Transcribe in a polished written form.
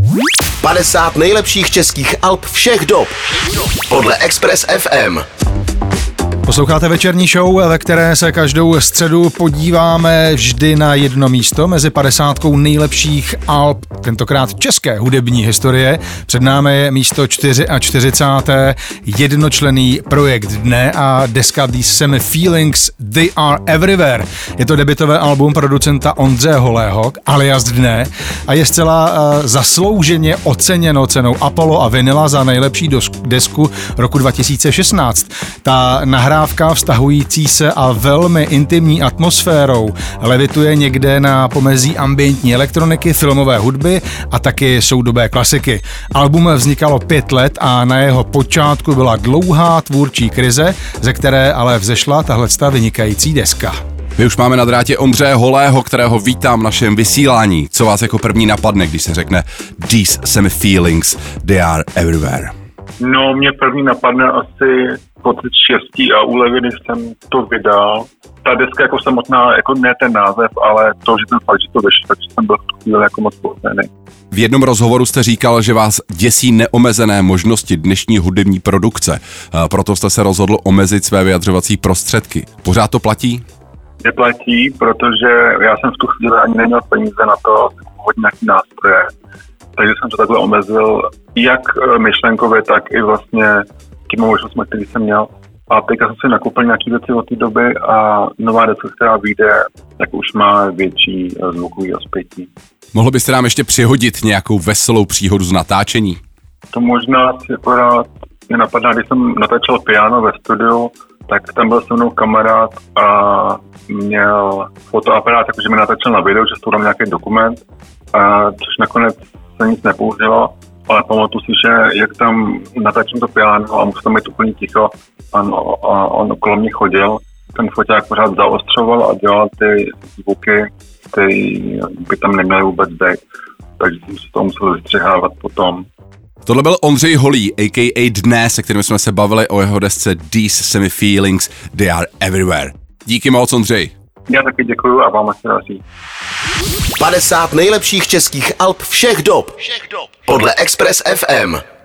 50 nejlepších českých alb všech dob podle Express FM. Posloucháte večerní show, ve které se každou středu podíváme vždy na jedno místo mezi 50 nejlepších alb, tentokrát české hudební historie. Před námi je místo 44. jednočlenný projekt dne a deska These Semi Feelings They Are Everywhere. Je to debutové album producenta Ondřeje Holého, alias Dne, a je zcela zaslouženě oceněno cenou Apollo a Vinyla za nejlepší desku roku 2016. Ta nahrávka vztahující se a velmi intimní atmosférou levituje někde na pomezí ambientní elektroniky, filmové hudby a taky soudobé klasiky. Album vznikalo 5 let a na jeho počátku byla dlouhá tvůrčí krize, ze které ale vzešla tahleta vynikající deska. My už máme na drátě Ondřeje Holého, kterého vítám v našem vysílání. Co vás jako první napadne, když se řekne These Semi Feelings They Are Everywhere? No, mě první napadne asi pocit štěstí a úlevy, když jsem to vydal. Ta deska jako samotná, jako ne ten název, ale to, že ten fakt, že to vyšlo, takže jsem byl v tu chvíli jako moc spokojený. V jednom rozhovoru jste říkal, že vás děsí neomezené možnosti dnešní hudební produkce. Proto jste se rozhodl omezit své vyjadřovací prostředky. Pořád to platí? Neplatí, protože já jsem v tu chvíli ani neměl peníze na to hodně nějaký nástroje. Takže jsem to takhle omezil, jak myšlenkově, tak i vlastně těmi možnostmi, který jsem měl. A teďka jsem si nakoupil nějaké věci od té doby a nová deska, která vyjde, tak už má větší zvukový aspekty. Mohl byste nám ještě přihodit nějakou veselou příhodu z natáčení? To možná si akorát mě napadá, když jsem natáčel piano ve studiu, tak tam byl se mnou kamarád a měl fotoaparát, takže mi natáčel na video, že s tou dám nějaký dokument, což nakonec se nic nepoužilo, ale pamatuju si, že jak tam natáčím to piano a musel tam být úplně ticho a on okolo mě chodil, ten foťák pořád zaostřoval a dělal ty zvuky, které by tam neměly vůbec být, takže jsem se to musel vystřihávat potom. Tohle byl Ondřej Holý, a.k.a. Dne, se kterým jsme se bavili o jeho desce These Semi Feelings They Are Everywhere. Díky moc, Ondřej. Já taky děkuju a vám asi daří. 50 nejlepších českých alb všech dob podle Express FM.